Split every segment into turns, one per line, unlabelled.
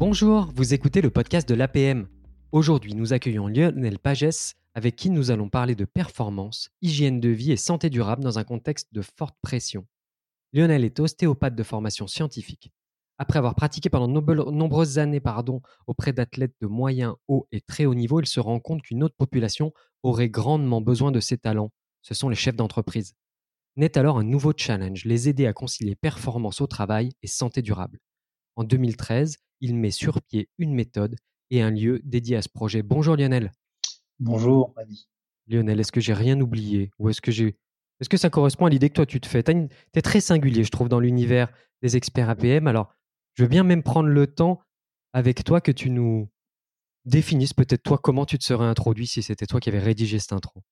Bonjour, vous écoutez le podcast de l'APM. Aujourd'hui, nous accueillons Lionel Pagès, avec qui nous allons parler de performance, hygiène de vie et santé durable dans un contexte de forte pression. Lionel est ostéopathe de formation scientifique. Après avoir pratiqué pendant nombreuses années auprès d'athlètes de moyen, haut et très haut niveau, il se rend compte qu'une autre population aurait grandement besoin de ses talents. Ce sont les chefs d'entreprise. Naît alors un nouveau challenge, les aider à concilier performance au travail et santé durable. En 2013, il met sur pied une méthode et un lieu dédié à ce projet. Bonjour Lionel.
Bonjour, Ravi.
Lionel, est-ce que j'ai rien oublié ou est-ce que ça correspond à l'idée que toi tu te fais? T'es très singulier, je trouve, dans l'univers des experts APM. Alors, je veux bien même prendre le temps avec toi que tu nous définisses peut-être toi comment tu te serais introduit si c'était toi qui avais rédigé cette intro.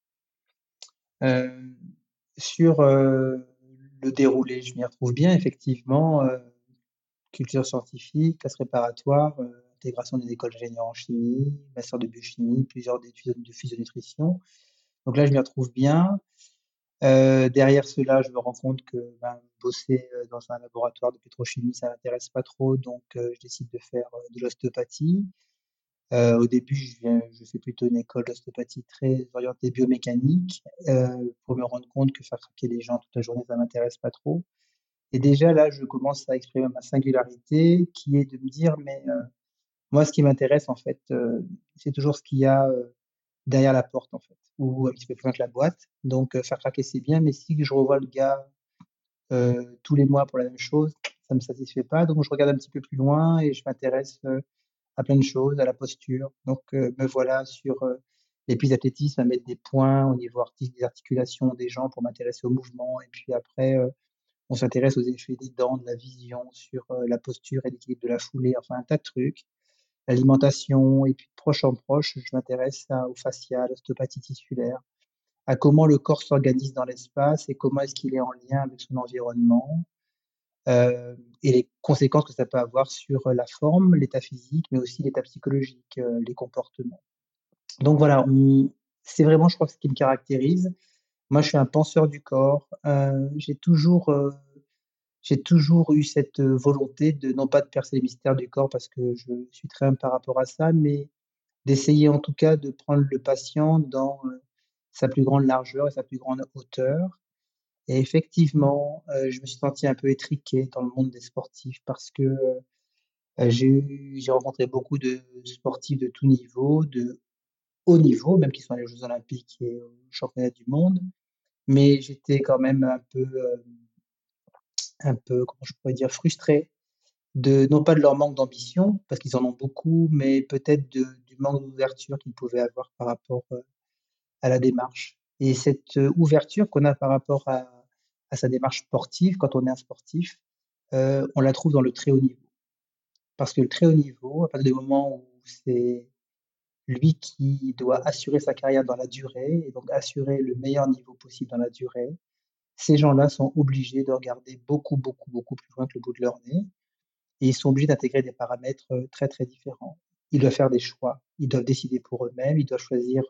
Euh, sur le déroulé, je m'y retrouve bien, effectivement. Culture scientifique, classe préparatoire, intégration des écoles d'ingénieurs en chimie, master de biochimie, plusieurs études de physionutrition. Donc là, je m'y retrouve bien. Derrière cela, je me rends compte que bosser dans un laboratoire de pétrochimie, ça m'intéresse pas trop, donc je décide de faire de l'ostéopathie. Au début, je fais plutôt une école d'ostéopathie très orientée biomécanique, pour me rendre compte que faire craquer les gens toute la journée, ça m'intéresse pas trop. Et déjà là, je commence à exprimer ma singularité, qui est de me dire, mais moi, ce qui m'intéresse en fait, c'est toujours ce qu'il y a derrière la porte en fait, ou un petit peu plus loin que la boîte. Donc faire craquer c'est bien, mais si je revois le gars tous les mois pour la même chose, ça me satisfait pas. Donc je regarde un petit peu plus loin et je m'intéresse à plein de choses, à la posture. Donc me voilà sur les pistes d'athlétisme à mettre des points au niveau des articulations des gens pour m'intéresser au mouvement. Et puis après, on s'intéresse aux effets des dents, de la vision sur la posture et l'équilibre de la foulée, enfin un tas de trucs. L'alimentation, et puis de proche en proche, je m'intéresse au fascia, à l'ostéopathie tissulaire, à comment le corps s'organise dans l'espace et comment est-ce qu'il est en lien avec son environnement, et les conséquences que ça peut avoir sur la forme, l'état physique, mais aussi l'état psychologique, les comportements. Donc voilà, c'est vraiment, je crois, ce qui me caractérise. Moi, je suis un penseur du corps. J'ai toujours eu cette volonté de, non pas de percer les mystères du corps parce que je suis très humble par rapport à ça, mais d'essayer en tout cas de prendre le patient dans sa plus grande largeur et sa plus grande hauteur. Et effectivement, je me suis senti un peu étriqué dans le monde des sportifs parce que j'ai rencontré beaucoup de sportifs de tout niveau, de haut niveau, même qui sont allés aux Jeux olympiques et aux championnats du monde. Mais j'étais quand même un peu, comment je pourrais dire, frustré non pas de leur manque d'ambition, parce qu'ils en ont beaucoup, mais peut-être du manque d'ouverture qu'ils pouvaient avoir par rapport à la démarche. Et cette ouverture qu'on a par rapport à sa démarche sportive, quand on est un sportif, on la trouve dans le très haut niveau. Parce que le très haut niveau, à partir du moment où c'est lui qui doit assurer sa carrière dans la durée, et donc assurer le meilleur niveau possible dans la durée, ces gens-là sont obligés de regarder beaucoup, beaucoup, beaucoup plus loin que le bout de leur nez, et ils sont obligés d'intégrer des paramètres très, très différents. Ils doivent faire des choix, ils doivent décider pour eux-mêmes, ils doivent choisir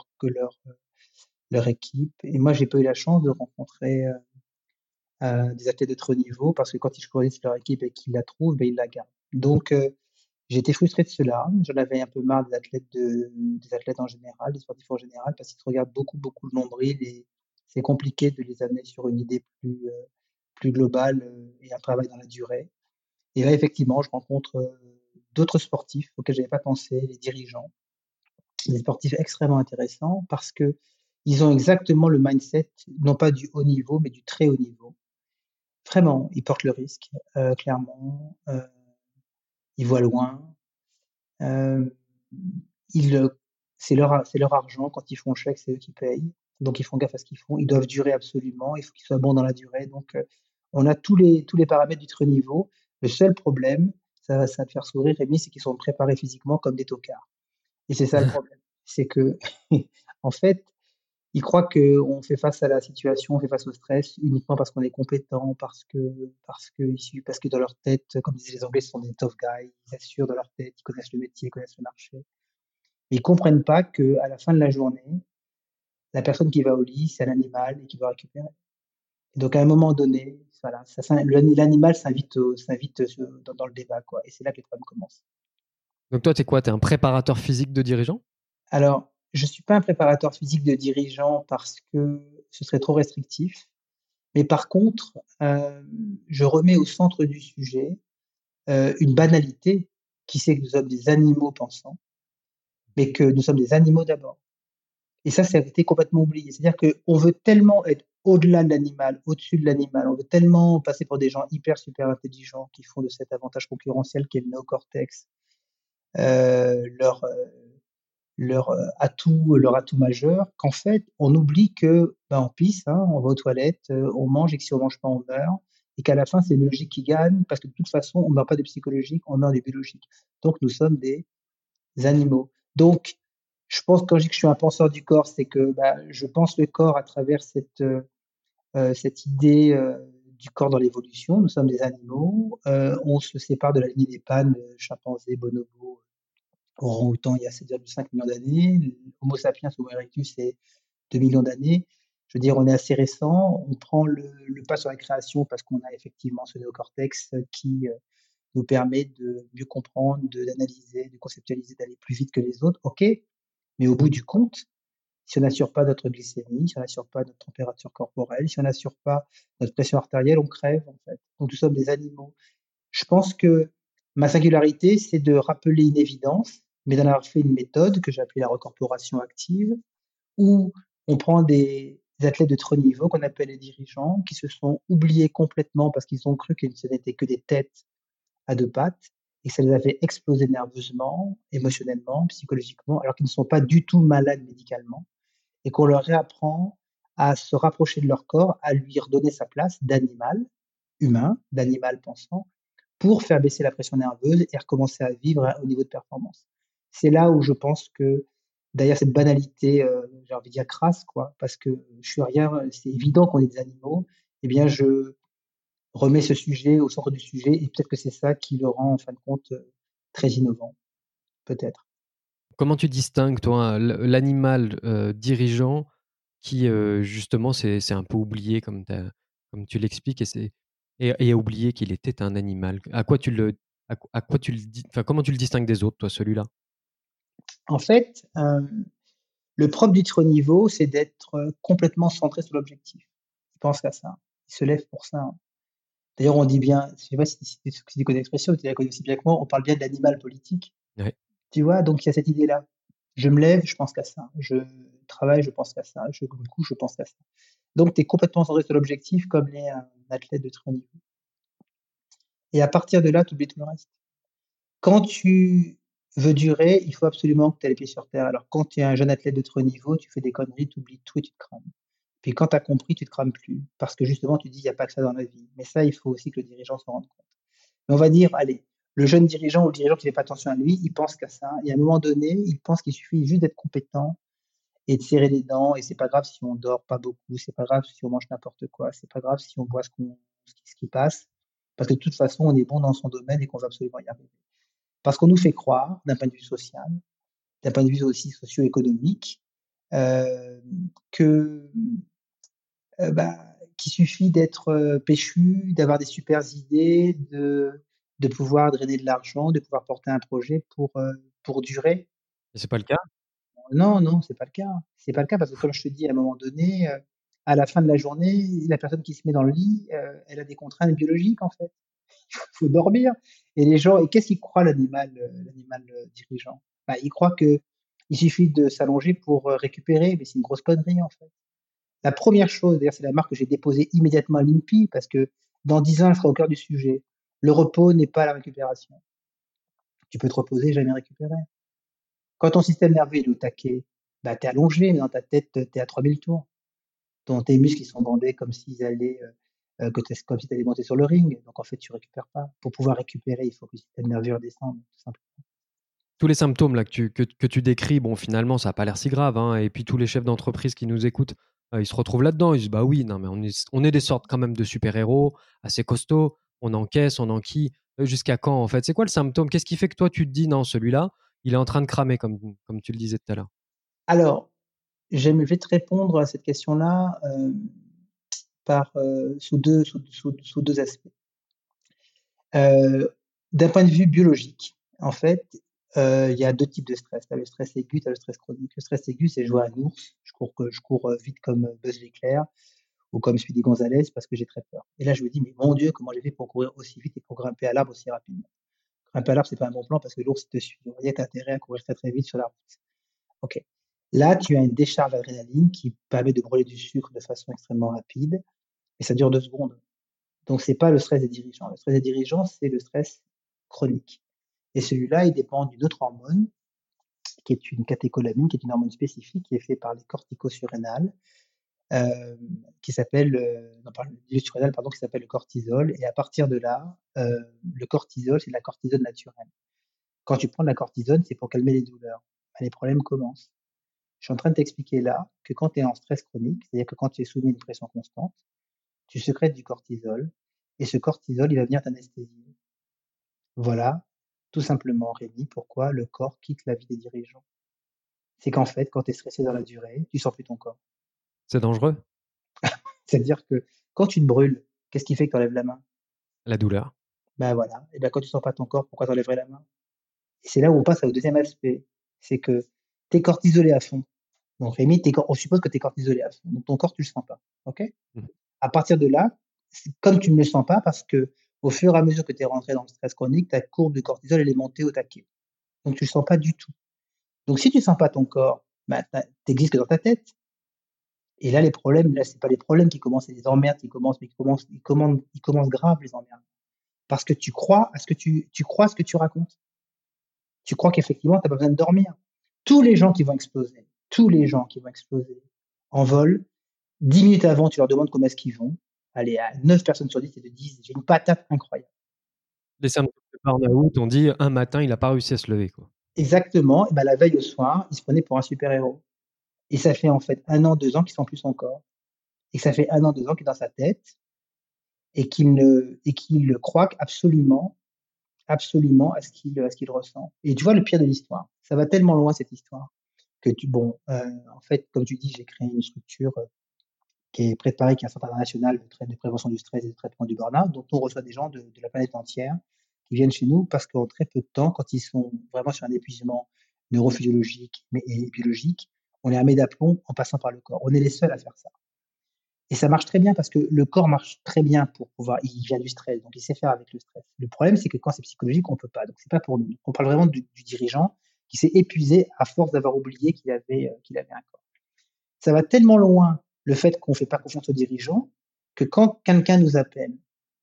leur équipe. Et moi, j'ai pas eu la chance de rencontrer des athlètes de très haut niveau parce que quand ils choisissent leur équipe et qu'ils la trouvent, ben, ils la gardent. Donc, j'ai été frustré de cela. J'en avais un peu marre des athlètes en général, des sportifs en général, parce qu'ils se regardent beaucoup, beaucoup le nombril et c'est compliqué de les amener sur une idée plus globale et un travail dans la durée. Et là, effectivement, je rencontre d'autres sportifs auxquels je n'avais pas pensé, les dirigeants, des sportifs extrêmement intéressants parce que ils ont exactement le mindset, non pas du haut niveau, mais du très haut niveau. Vraiment, ils portent le risque, clairement. Ils voient loin. Euh, ils, c'est leur argent. Quand ils font le chèque, c'est eux qui payent. Donc, ils font gaffe à ce qu'ils font. Ils doivent durer absolument. Il faut qu'ils soient bons dans la durée. Donc, on a tous les paramètres du très haut niveau. Le seul problème, ça va te faire sourire, Rémi, c'est qu'ils sont préparés physiquement comme des tocards. Et c'est ça le problème. C'est que, en fait, ils croient qu'on fait face à la situation, on fait face au stress uniquement parce qu'on est compétent, parce que dans leur tête, comme disaient les Anglais, ce sont des tough guys, ils assurent dans leur tête, ils connaissent le métier, ils connaissent le marché. Mais ils comprennent pas qu'à la fin de la journée, la personne qui va au lit, c'est un animal et qui doit récupérer. Et donc, à un moment donné, voilà, l'animal s'invite dans le débat, quoi. Et c'est là que les problèmes commencent.
Donc toi, t'es quoi? T'es un préparateur physique de dirigeants?
Alors, je suis pas un préparateur physique de dirigeants parce que ce serait trop restrictif, mais par contre, je remets au centre du sujet, une banalité qui c'est que nous sommes des animaux pensants, mais que nous sommes des animaux d'abord. Et ça a été complètement oublié. C'est-à-dire qu'on veut tellement être au-delà de l'animal, au-dessus de l'animal, on veut tellement passer pour des gens hyper, super intelligents qui font de cet avantage concurrentiel qu'est le néocortex, leur, leur atout majeur, qu'en fait, on oublie que, ben, on pisse, hein, on va aux toilettes, on mange et que si on mange pas, on meurt et qu'à la fin, c'est le logique qui gagne parce que de toute façon, on meurt pas de psychologique, on meurt du biologique. Donc nous sommes des animaux. Donc je pense quand je dis que je suis un penseur du corps, c'est que, bah, je pense le corps à travers cette idée, du corps dans l'évolution. Nous sommes des animaux, on se sépare de la lignée des Pannes, chimpanzés, bonobos, orang-outans il y a 7,5 millions d'années. Homo sapiens, Homo erectus, c'est 2 millions d'années. Je veux dire, on est assez récent. On prend le pas sur la création parce qu'on a effectivement ce néocortex qui, nous permet de mieux comprendre, d'analyser, de conceptualiser, d'aller plus vite que les autres. OK, mais au bout du compte, si on n'assure pas notre glycémie, si on n'assure pas notre température corporelle, si on n'assure pas notre pression artérielle, on crève en fait. Donc nous sommes des animaux. Je pense que ma singularité, c'est de rappeler une évidence, mais d'en avoir fait une méthode que j'ai appelée la recorporation active, où on prend des athlètes de très haut niveau qu'on appelle les dirigeants, qui se sont oubliés complètement parce qu'ils ont cru que ce n'étaient que des têtes à 2 pattes et ça les a fait exploser nerveusement, émotionnellement, psychologiquement, alors qu'ils ne sont pas du tout malades médicalement et qu'on leur réapprend à se rapprocher de leur corps, à lui redonner sa place d'animal humain, d'animal pensant, pour faire baisser la pression nerveuse et recommencer à vivre à haut niveau de performance. C'est là où je pense que derrière cette banalité, j'ai envie de dire crasse quoi, parce que je suis rien, c'est évident qu'on est des animaux, eh bien je remets ce sujet au centre du sujet et peut-être que c'est ça qui le rend en fin de compte, très innovant, peut-être.
Comment tu distingues, toi, l'animal dirigeant qui, justement, c'est un peu oublié comme tu l'expliques et a oublié qu'il était un animal? À quoi tu le dis enfin, comment tu le distingues des autres, toi, celui-là?
En fait, le propre du très haut niveau, c'est d'être, complètement centré sur l'objectif. Il pense qu'à ça. Il se lève pour ça, hein. D'ailleurs, on dit bien, je sais pas si tu connais l'expression, tu la connais aussi bien que moi, on parle bien de l'animal politique,
Ouais.
tu vois? Donc il y a cette idée-là. Je me lève, je pense qu'à ça. Je travaille, je pense qu'à ça. Je me couche, je pense qu'à ça. Donc tu es complètement centré sur l'objectif comme l'est un athlète de très haut niveau et à partir de là, tu oublies tout le reste. Quand tu veux durer, il faut absolument que tu aies les pieds sur terre. Alors quand tu es un jeune athlète de très haut niveau, tu fais des conneries, tu oublies tout et tu te crames. Puis quand tu as compris, tu te crames plus parce que justement tu dis: «Il y a pas que ça dans la vie». Mais ça, il faut aussi que le dirigeant s'en rende compte. Mais on va dire, allez, le jeune dirigeant ou le dirigeant qui fait pas attention à lui, il pense qu'à ça et à un moment donné, il pense qu'il suffit juste d'être compétent et de serrer les dents et c'est pas grave si on dort pas beaucoup, c'est pas grave si on mange n'importe quoi, c'est pas grave si on boit ce qui passe, parce que de toute façon, on est bon dans son domaine et qu'on va absolument y arriver. Parce qu'on nous fait croire, d'un point de vue social, d'un point de vue aussi socio-économique, hem, que, qu'il suffit d'être, péchu, d'avoir des supers idées, de pouvoir drainer de l'argent, de pouvoir porter un projet pour durer.
Et c'est pas le cas?
Non, non, c'est pas le cas. C'est pas le cas parce que comme je te dis, à un moment donné, à la fin de la journée, la personne qui se met dans le lit, elle a des contraintes biologiques, en fait. Il faut dormir et les gens et qu'est-ce qu'il croit l'animal, dirigeant? Bah, il croit qu'il suffit de s'allonger pour, récupérer, mais c'est une grosse connerie, en fait. La première chose, d'ailleurs, c'est la marque que j'ai déposée immédiatement à l'INPI parce que dans 10 ans, elle sera au cœur du sujet. Le repos n'est pas la récupération. Tu peux te reposer et jamais récupérer. Quand ton système nerveux est au taquet, bah, tu es allongé, mais dans ta tête, tu es à 3000 tours. Tes muscles, ils sont bandés comme s'ils allaient, comme si tu allais monter sur le ring. Donc en fait, tu récupères pas. Pour pouvoir récupérer, il faut que le système nerveux redescende, tout simplement.
Tous les symptômes là que tu décris, bon, finalement, ça a pas l'air si grave, hein, et puis tous les chefs d'entreprise qui nous écoutent, ils se retrouvent là-dedans. Ils disent: «Bah oui, non, mais on est des sortes quand même de super-héros assez costauds, on encaisse, on enquille». Jusqu'à quand, en fait? C'est quoi le symptôme? Qu'est-ce qui fait que toi, tu te dis: «Non, celui-là, il est en train de cramer», comme tu le disais tout à l'heure?
Alors, je vais te répondre à cette question-là, sous 2 aspects. D'un point de vue biologique, en fait, Il y a 2 types de stress. Tu as le stress aigu, tu as le stress chronique. Le stress aigu, c'est jouer à un ours. Je cours vite comme, Buzz l'éclair ou comme Speedy Gonzales parce que j'ai très peur. Et là, je me dis: «Mais mon Dieu, comment j'ai fait pour courir aussi vite et pour grimper à l'arbre aussi rapidement?» Grimper à l'arbre, c'est pas un bon plan parce que l'ours, il te suit. Donc, il y a intérêt à courir très, très vite sur la route. OK. Là, tu as une décharge d'adrénaline qui permet de brûler du sucre de façon extrêmement rapide et ça dure 2 secondes. Donc c'est pas le stress des dirigeants. Le stress des dirigeants, c'est le stress chronique et celui-là, il dépend d'une autre hormone qui est une catécholamine, qui est une hormone spécifique qui est faite par les corticosurrénales, qui s'appelle, non par les surrénales pardon, qui s'appelle le cortisol et à partir de là, le cortisol, c'est de la cortisone naturelle. Quand tu prends de la cortisone, c'est pour calmer les douleurs. Bah, les problèmes commencent. Je suis en train de t'expliquer là que quand tu es en stress chronique, c'est-à-dire que quand tu es soumis à une pression constante, tu sécrètes du cortisol et ce cortisol, il va venir t'anesthésier. Voilà, tout simplement, Rémi, pourquoi le corps quitte la vie des dirigeants. C'est qu'en fait, quand tu es stressé dans la durée, tu sens plus ton corps.
C'est dangereux,
C'est-à-dire que quand tu te brûles, qu'est-ce qui fait que tu enlèves la main?
la douleur.
Ben voilà, et ben quand tu sens pas ton corps, pourquoi tu enlèverais la main? Et c'est là où on passe au deuxième aspect, c'est que tu es cortisolé à fond. Donc Rémi, on suppose que tu es cortisolé à fond, donc ton corps, tu le sens pas, OK?
Mmh.
À partir de là, c'est comme tu ne le sens pas parce qu'au fur et à mesure que tu es rentré dans le stress chronique, ta courbe de cortisol, elle est montée au taquet. Donc tu le sens pas du tout. Donc si tu sens pas ton corps, bah, tu existes que dans ta tête. Et là, les problèmes, là, c'est pas les problèmes qui commencent, c'est les emmerdes qui commencent, mais ils commencent graves les emmerdes. Parce que tu crois ce que tu racontes. Tu crois qu'effectivement, tu as pas besoin de dormir. Tous les gens qui vont exploser en vol, 10 minutes avant, tu leur demandes comment est-ce qu'ils vont. Allez, à 9 personnes sur 10, ils te disent: «J'ai une patate incroyable».
Les symptômes de burn-out, on dit un matin, il a pas réussi à se lever, quoi.
Exactement, et bah, la veille au soir, il se prenait pour un super héros. Et ça fait en fait 1 an, 2 ans qu'il sent plus son corps. Et ça fait 1 an, 2 ans qu'il est dans sa tête et qu'il croit absolument, absolument à ce qu'il ressent. Et tu vois le pire de l'histoire? Ça va tellement loin cette histoire que en fait, comme tu dis, j'ai créé une structure, qui est préparée, qui est un centre international de prévention du stress et de traitement du burn-out, dont on reçoit des gens de la planète entière qui viennent chez nous parce qu'en très peu de temps, quand ils sont vraiment sur un épuisement neurophysiologique et biologique, on les remet d'aplomb en passant par le corps. On est les seuls à faire ça. Et ça marche très bien parce que le corps marche très bien pour pouvoir, il vient du stress, donc il sait faire avec le stress. Le problème, c'est que quand c'est psychologique, on peut pas, donc c'est pas pour nous. On parle vraiment du dirigeant qui s'est épuisé à force d'avoir oublié qu'il avait un corps. Ça va tellement loin, le fait qu'on fait pas confiance aux dirigeants, que quand quelqu'un nous appelle,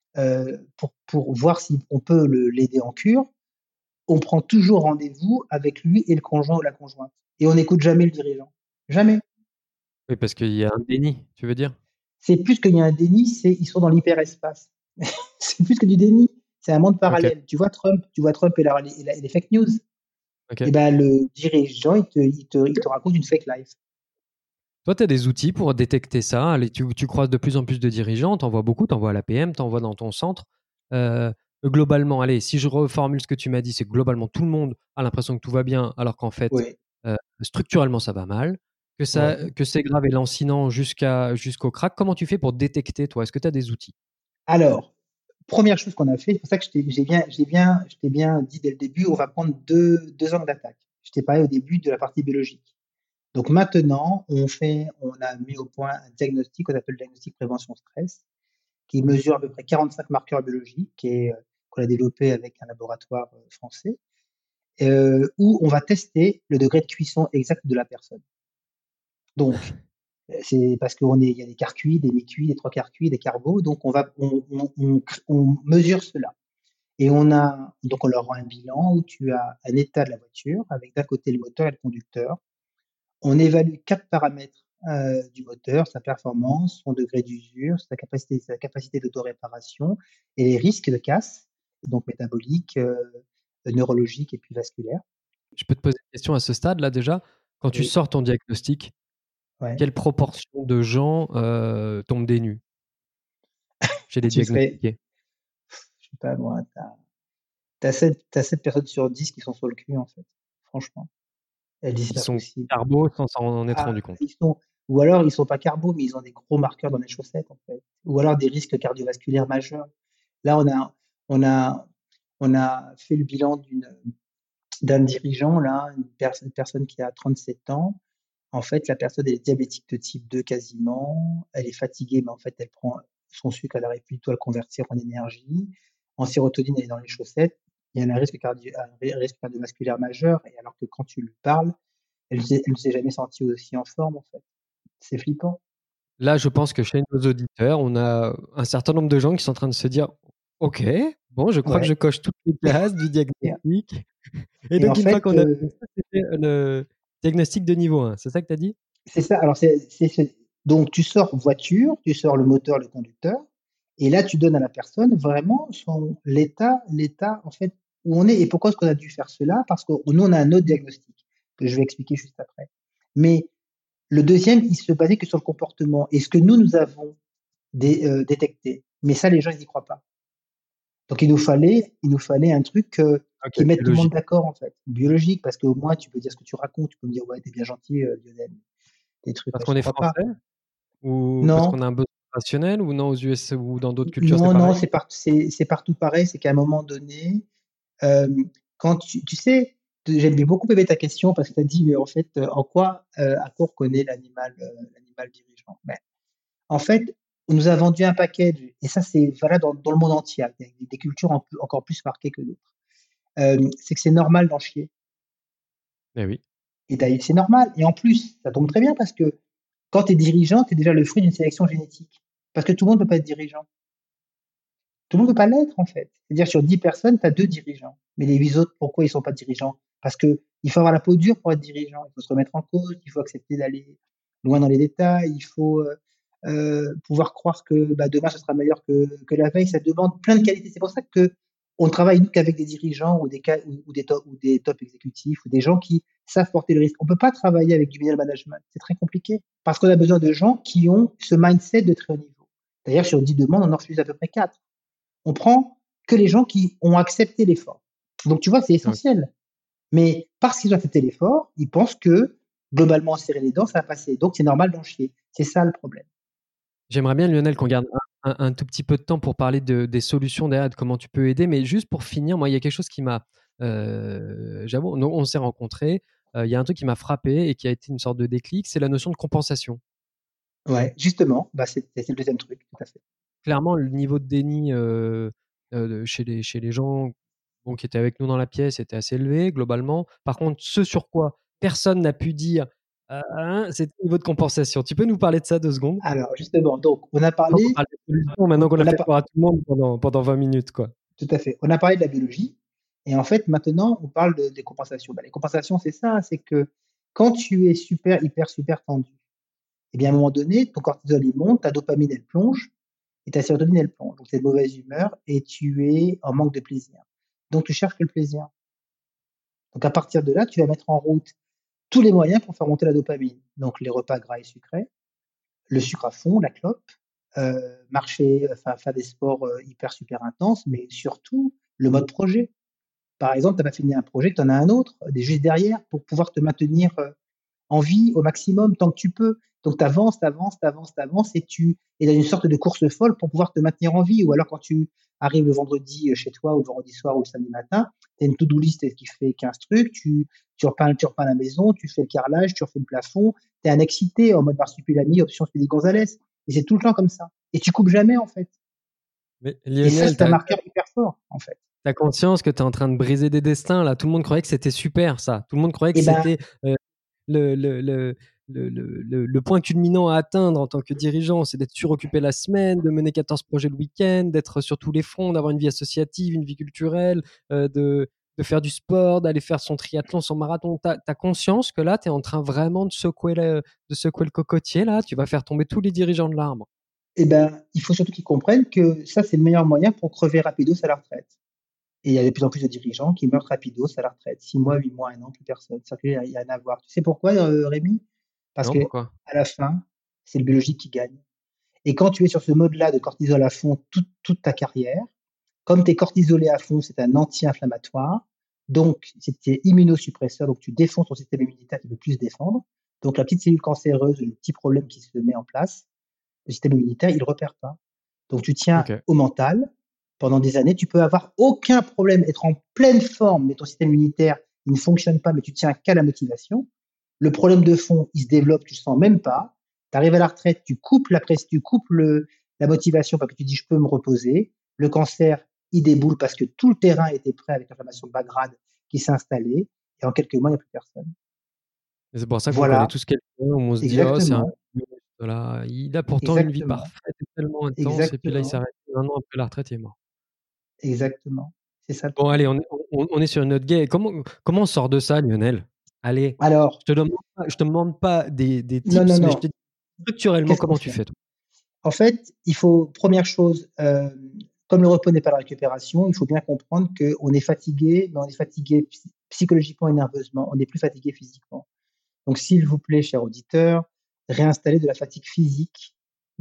pour voir si on peut l'aider en cure, on prend toujours rendez-vous avec lui et le conjoint ou la conjointe et on n'écoute jamais le dirigeant. Jamais.
Oui, parce qu'il y a un déni, tu veux dire?
C'est plus qu'il y a un déni, c'est ils sont dans l'hyperespace. C'est plus que du déni, c'est un monde
OK,
parallèle. Tu vois Trump et les fake news? Et
OK.
ben, le dirigeant, il te raconte une fake life.
Toi, tu as des outils pour détecter ça? Allez, tu croises de plus en plus de dirigeants, tu en vois beaucoup, tu en vois à l'APM, tu en vois dans ton centre. Heu, globalement, allez, si je reformule ce que tu m'as dit, c'est que globalement tout le monde a l'impression que tout va bien, alors qu'en fait,
Oui,
structurellement ça va mal,
oui.
que c'est grave et lancinant jusqu'au crack. Comment tu fais pour détecter toi? Est-ce que tu as des outils?
Alors, première chose qu'on a fait, c'est pour ça que je t'ai bien dit dès le début, on va prendre deux angles d'attaque. Je t'ai parlé au début de la partie biologique. Donc maintenant, on a mis au point un diagnostic qu'on appelle le diagnostic prévention stress, qui mesure à peu près 45 marqueurs biologiques qu'on a développé avec un laboratoire, français, où on va tester le degré de cuisson exact de la personne. Donc, c'est parce il y a des quarts cuits, des mi-cuits, des 3/4 cuits, des carbos, donc on mesure cela et on leur rend un bilan où tu as un état de la voiture avec d'un côté le moteur et le conducteur. On évalue 4 paramètres, du moteur, sa performance, son degré d'usure, sa capacité d'autoréparation et les risques de casse, donc métaboliques, neurologiques et puis vasculaires.
Je peux te poser une question à ce stade-là déjà? Quand tu
Oui,
sors ton diagnostic,
ouais.
quelle proportion de gens, tombent des nues chez les
Tu serais,
diagnostiqués?
je sais pas moi, tu as 7 personnes sur 10 qui sont sur le cul, en fait, franchement. Elles disent: «C'est
Ils
pas
sont
possible».
carbos sans s'en être
Ah,
rendu compte.
ils sont ou alors ils sont pas carbo, mais ils ont des gros marqueurs dans les chaussettes, en fait, ou alors des risques cardiovasculaires majeurs. Là, on a fait le bilan d'un dirigeant, là, une personne qui a 37 ans. En fait, la personne, elle est diabétique de type 2 quasiment. Elle est fatiguée, mais en fait, elle prend son sucre, elle arrive plutôt à le convertir en énergie. En sérotonine, elle est dans les chaussettes. Il y a un risque cardiovasculaire majeur. Et alors que quand tu lui parles, elle ne s'est jamais sentie aussi en forme, en fait. C'est flippant.
Là, je pense que chez nos auditeurs, on a un certain nombre de gens qui sont en train de se dire: «OK, bon, je crois que
Ouais.
je coche toutes les cases du
Et,
diagnostic». Et
et en
donc une fois
fait,
qu'on a donc ça, c'était le diagnostic de niveau 1, c'est ça que tu as dit?
c'est ça. Alors, donc, tu sors voiture, tu sors le moteur, le conducteur, et là, tu donnes à la personne vraiment l'état, en fait, où on est. Et pourquoi est-ce qu'on a dû faire cela? Parce que nous, on a un autre diagnostic que je vais expliquer juste après. Mais le deuxième, il se basait que sur le comportement et ce que nous avons détecté. Mais ça, les gens, ils n'y croient pas. Donc, il nous fallait un truc
OK,
qui mette tout le monde
biologique.
d'accord, en fait, biologique, parce qu'au moins, tu peux dire ce que tu racontes. Tu peux me dire, ouais, t'es bien gentil, Lionel. Des trucs,
Parce
ouais,
qu'on
j'y
est
crois pas.
français? Ou parce qu'on
Non,
a un besoin rationnel? Ou non, aux US ou dans d'autres cultures, c'est
non, non,
pareil?
c'est partout pareil. C'est qu'à un moment donné, quand tu sais, j'aime beaucoup aimé ta question parce que tu as dit, mais en fait, à quoi on reconnaît l'animal dirigeant? Mais en fait, on nous a vendu un package et ça, c'est valable dans le monde entier, avec des cultures encore plus marquées que d'autres. C'est que c'est normal d'en chier.
Eh oui.
Et d'ailleurs, c'est normal. Et en plus, ça tombe très bien parce que quand tu es dirigeant, tu es déjà le fruit d'une sélection génétique. Parce que tout le monde ne peut pas être dirigeant. Tout le monde ne peut pas l'être, en fait. C'est-à-dire, sur 10 personnes, tu as 2 dirigeants. Mais les 8 autres, pourquoi ils sont pas dirigeants? Parce qu'il faut avoir la peau dure pour être dirigeant. Il faut se remettre en cause, il faut accepter d'aller loin dans les détails, il faut, pouvoir croire que, bah, demain, ce sera meilleur que la veille. Ça demande plein de qualités. C'est pour ça qu'on ne travaille, nous, qu'avec des dirigeants ou des top exécutifs ou des gens qui savent porter le risque. On ne peut pas travailler avec du middle management. C'est très compliqué parce qu'on a besoin de gens qui ont ce mindset de très haut niveau. D'ailleurs, sur 10 demandes, on en refuse à peu près 4. On prend que les gens qui ont accepté l'effort. Donc tu vois, c'est
OK.
essentiel. Mais parce qu'ils ont accepté l'effort, ils pensent que globalement, serrer les dents, ça va passer. Donc c'est normal d'en chier. C'est ça le problème.
J'aimerais bien, Lionel, qu'on garde un tout petit peu de temps pour parler des solutions derrière, de comment tu peux aider. Mais juste pour finir, moi, il y a quelque chose qui m'a, j'avoue, on s'est rencontrés. Il y a un truc qui m'a frappé et qui a été une sorte de déclic, c'est la notion de compensation.
Ouais, justement, bah, c'est le deuxième truc, tout à fait.
Clairement, le niveau de déni chez les gens bon, qui étaient avec nous dans la pièce était assez élevé, globalement. Par contre, ce sur quoi personne n'a pu dire, hein, c'est le niveau de compensation. Tu peux nous parler de ça 2 secondes?
Alors justement, donc on a
Avant qu'on
parlé,
parle de solutions, maintenant qu'on
on
a
a
fait
pas
peur à tout le monde pendant 20 minutes, quoi.
tout à fait. On a parlé de la biologie et en fait, maintenant, on parle des compensations. Bah, les compensations, c'est ça, c'est que quand tu es super, hyper, super tendu, et bien à un moment donné, ton cortisol, il monte, ta dopamine, elle plonge et ta sérotonine, elle plonge. Donc, tu es de mauvaise humeur et tu es en manque de plaisir. Donc, tu cherches que le plaisir. Donc, à partir de là, tu vas mettre en route tous les moyens pour faire monter la dopamine. Donc, les repas gras et sucrés, le sucre à fond, la clope, marcher, enfin, faire des sports hyper, super intenses, mais surtout le mode projet. Par exemple, tu as pas fini un projet, tu en as un autre, juste derrière, pour pouvoir te maintenir en vie au maximum tant que tu peux. Donc tu avances, tu avances, tu avances, tu avances et tu es dans une sorte de course folle pour pouvoir te maintenir en vie. Ou alors quand tu arrives le vendredi chez toi ou le vendredi soir ou le samedi matin, tu as une to-do list qui fait 15 trucs, tu repeins la maison, tu fais le carrelage, tu refais le plafond, tu es un excité en mode marsupilami, option Speedy Gonzalez. Et c'est tout le temps comme ça. Et tu coupes jamais en fait.
Mais
Et ça,
Lionel,
c'est un marqueur hyper fort en fait.
tu conscience que tu es en train de briser des destins, là. Tout le monde croyait que c'était super, ça. Tout le monde croyait que
Et ben,
c'était le, le, le, le point culminant à atteindre en tant que dirigeant, c'est d'être suroccupé la semaine, de mener 14 projets le week-end, d'être sur tous les fronts, d'avoir une vie associative, une vie culturelle, de faire du sport, d'aller faire son triathlon, son marathon. Tu as conscience que là, tu es en train vraiment de secouer le cocotier, là. Tu vas faire tomber tous les dirigeants de l'arbre.
il faut surtout qu'ils comprennent que ça, c'est le meilleur moyen pour crever rapidos à la retraite. Et il y a de plus en plus de dirigeants qui meurent rapidos à la retraite. 6 mois, 8 mois, 1 an, plus personne. C'est-à-dire qu'il y a rien à voir. Tu sais pourquoi, Rémi? Parce
Non,
que
pourquoi?
à la fin, c'est le biologique qui gagne. Et quand tu es sur ce mode-là de cortisol à fond toute ta carrière, comme tu es cortisolé à fond, c'est un anti-inflammatoire, donc c'est immunosuppresseur, donc tu défonces ton système immunitaire qui ne peut plus se défendre. Donc la petite cellule cancéreuse, le petit problème qui se met en place, le système immunitaire, il ne repère pas. Donc tu tiens
Ok.
au mental pendant des années, tu peux avoir aucun problème, être en pleine forme, mais ton système immunitaire, il ne fonctionne pas, mais tu tiens qu'à la motivation. Le problème de fond, il se développe, tu ne sens même pas. Tu arrives à la retraite, tu coupes la motivation parce que tu dis je peux me reposer. Le cancer, il déboule parce que tout le terrain était prêt avec l'inflammation de bas grade qui s'est installée. Et en quelques mois, il n'y a plus personne.
Et c'est pour ça qu'on connaît
Voilà,
tous quelqu'un où on se dit: «Oh, c'est un
exactement,
voilà, il a pourtant une vie
exactement,
parfaite et tellement intense» et puis là, il
exactement,
s'arrête 1 an après la retraite, il est mort.
exactement. C'est ça le
Bon allez,
problème.
on est sur une autre guet. Comment on sort de ça, Lionel? Allez,
Alors,
je te demande pas des
non, non,
tips, mais je
non.
te dis structurellement
Qu'est-ce qu'on
comment tu
fait?
fais toi?
En fait, il faut, première chose, comme le repos n'est pas la récupération, il faut bien comprendre qu'on est fatigué, mais on est fatigué psychologiquement et nerveusement. On n'est plus fatigué physiquement. Donc, s'il vous plaît, cher auditeur, réinstallez de la fatigue physique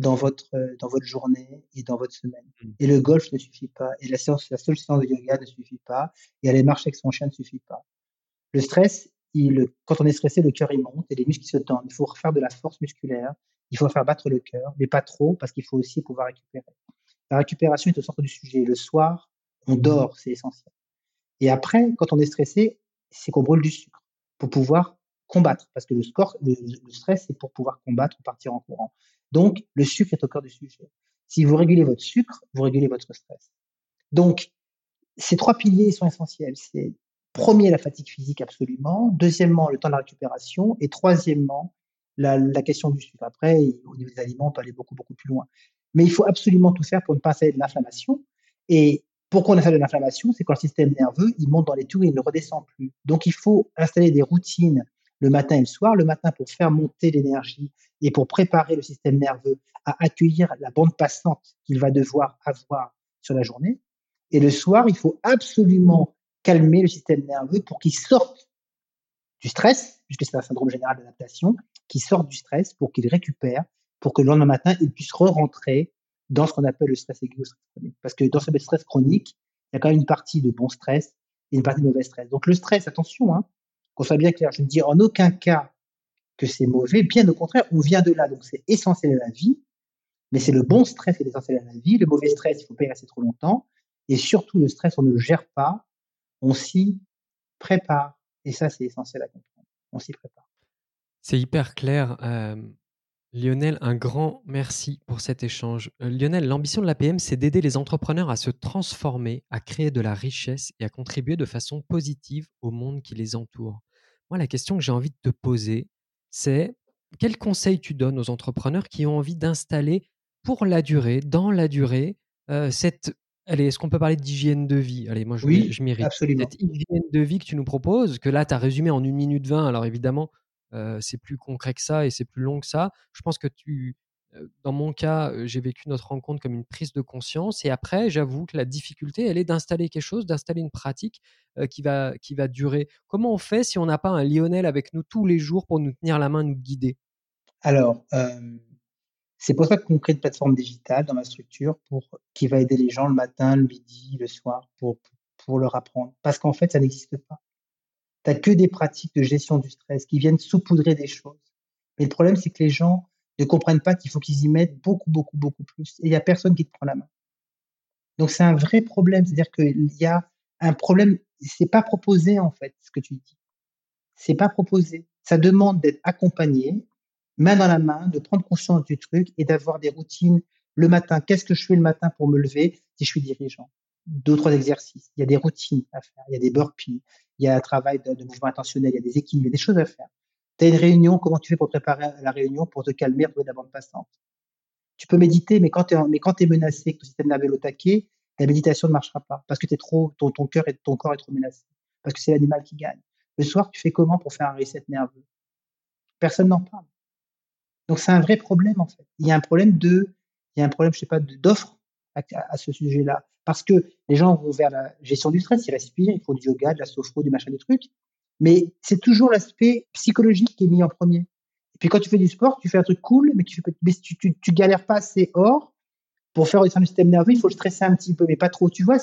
dans votre journée et dans votre semaine.
Mmh.
Et le golf ne suffit pas. Et la seule séance de yoga ne suffit pas. Et aller marcher avec son chien ne suffit pas. Le stress, quand on est stressé, le cœur il monte et les muscles se tendent. Il faut refaire de la force musculaire. Il faut faire battre le cœur, mais pas trop parce qu'il faut aussi pouvoir récupérer. La récupération est au centre du sujet. Le soir, on dort, c'est essentiel. Et après, quand on est stressé, c'est qu'on brûle du sucre pour pouvoir combattre. Parce que le stress, c'est pour pouvoir combattre ou partir en courant. Donc, le sucre est au cœur du sujet. Si vous régulez votre sucre, vous régulez votre stress. Donc, ces 3 piliers sont essentiels. C'est premier la fatigue physique absolument, deuxièmement le temps de la récupération et troisièmement la question du sucre. Après, au niveau des aliments, on peut aller beaucoup, beaucoup plus loin. Mais il faut absolument tout faire pour ne pas installer de l'inflammation et pourquoi on installe de l'inflammation? C'est quand le système nerveux, il monte dans les tours et il ne redescend plus. Donc il faut installer des routines le matin et le soir. Le matin pour faire monter l'énergie et pour préparer le système nerveux à accueillir la bande passante qu'il va devoir avoir sur la journée. Et le soir, il faut absolument calmer le système nerveux pour qu'il sorte du stress, puisque c'est un syndrome général d'adaptation, qu'il sorte du stress pour qu'il récupère, pour que le lendemain matin, il puisse re-rentrer dans ce qu'on appelle le stress aigu ou le stress chronique. Parce que dans ce stress chronique, il y a quand même une partie de bon stress et une partie de mauvais stress. Donc le stress, attention, hein, qu'on soit bien clair, je ne dis en aucun cas que c'est mauvais, bien au contraire, on vient de là, donc c'est essentiel à la vie, mais c'est le bon stress qui est essentiel à la vie. Le mauvais stress, il ne faut pas y rester trop longtemps. Et surtout, le stress, on ne le gère pas, on s'y prépare. Et ça, c'est essentiel à comprendre. On s'y prépare.
C'est hyper clair, Lionel, un grand merci pour cet échange. Lionel, l'ambition de l'APM, c'est d'aider les entrepreneurs à se transformer, à créer de la richesse et à contribuer de façon positive au monde qui les entoure. Moi, la question que j'ai envie de te poser, c'est quels conseils tu donnes aux entrepreneurs qui ont envie d'installer pour la durée, dans la durée, cette allez, est-ce qu'on peut parler d'hygiène de vie? Allez, moi
Oui,
je m'irrite.
absolument.
Cette hygiène de vie que tu nous proposes, que là tu as résumé en 1 minute 20. Alors évidemment, c'est plus concret que ça et c'est plus long que ça. Je pense que dans mon cas, j'ai vécu notre rencontre comme une prise de conscience et après, j'avoue que la difficulté, elle est d'installer quelque chose, d'installer une pratique, qui va durer. Comment on fait si on n'a pas un Lionel avec nous tous les jours pour nous tenir la main, nous guider?
Alors, c'est pour ça qu'on crée une plateforme digitale dans ma structure qui va aider les gens le matin, le midi, le soir pour leur apprendre. Parce qu'en fait, ça n'existe pas. Tu as que des pratiques de gestion du stress qui viennent saupoudrer des choses. Mais le problème, c'est que les gens ne comprennent pas qu'il faut qu'ils y mettent beaucoup, beaucoup, beaucoup plus. Et il y a personne qui te prend la main. Donc c'est un vrai problème. C'est-à-dire qu'il y a un problème. C'est pas proposé, en fait, ce que tu dis. C'est pas proposé. Ça demande d'être accompagné, main dans la main, de prendre conscience du truc et d'avoir des routines. Le matin, qu'est-ce que je fais le matin pour me lever si je suis dirigeant? 2 ou 3 exercices. Il y a des routines à faire. Il y a des burpees. Il y a un travail de mouvement intentionnel. Il y a des équilibres. Il y a des choses à faire. Tu as une réunion, comment tu fais pour préparer la réunion, pour te calmer, retrouver de la bande passante? Tu peux méditer, mais quand tu es menacé, que ton système nerveux est au taquet, la méditation ne marchera pas parce que t'es trop, ton cœur et ton corps est trop menacé. Parce que c'est l'animal qui gagne. Le soir, tu fais comment pour faire un reset nerveux? Personne n'en parle. Donc c'est un vrai problème en fait. Il y a un problème, je sais pas, d'offre à ce sujet-là. Parce que les gens vont vers la gestion du stress, ils respirent, ils font du yoga, de la sophro, du machin, des trucs. Mais c'est toujours l'aspect psychologique qui est mis en premier. Et puis quand tu fais du sport, tu fais un truc cool, mais tu galères pas assez hors pour faire redescendre le système nerveux. Il faut le stresser un petit peu, mais pas trop. Tu vois,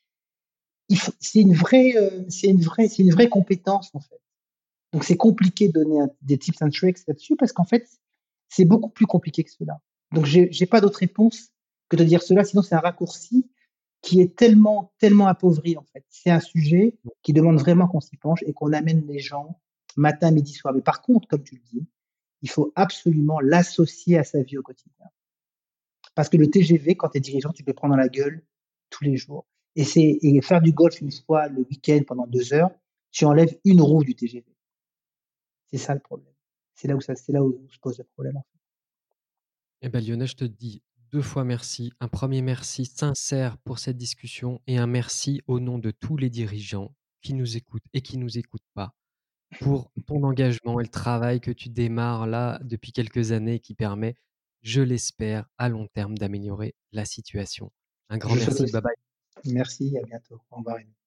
c'est une vraie compétence en fait. Donc c'est compliqué de donner des tips and tricks là-dessus parce qu'en fait, c'est beaucoup plus compliqué que cela. Donc j'ai pas d'autre réponse que de dire cela, sinon c'est un raccourci qui est tellement, tellement appauvri, en fait. C'est un sujet qui demande vraiment qu'on s'y penche et qu'on amène les gens matin, midi, soir. Mais par contre, comme tu le dis, il faut absolument l'associer à sa vie au quotidien. Parce que le TGV, quand tu es dirigeant, tu peux prendre dans la gueule tous les jours. Et faire du golf une fois le week-end pendant 2 heures, tu enlèves une roue du TGV. C'est ça le problème. C'est là où se pose le problème, en fait.
Eh ben Lionel, je te dis 2 fois merci. Un premier merci sincère pour cette discussion et un merci au nom de tous les dirigeants qui nous écoutent et qui nous écoutent pas, pour ton engagement et le travail que tu démarres là depuis quelques années qui permet, je l'espère, à long terme d'améliorer la situation. Un grand
Je le souhaite
merci. Bye
aussi.
bye.
Merci, à bientôt. Au revoir.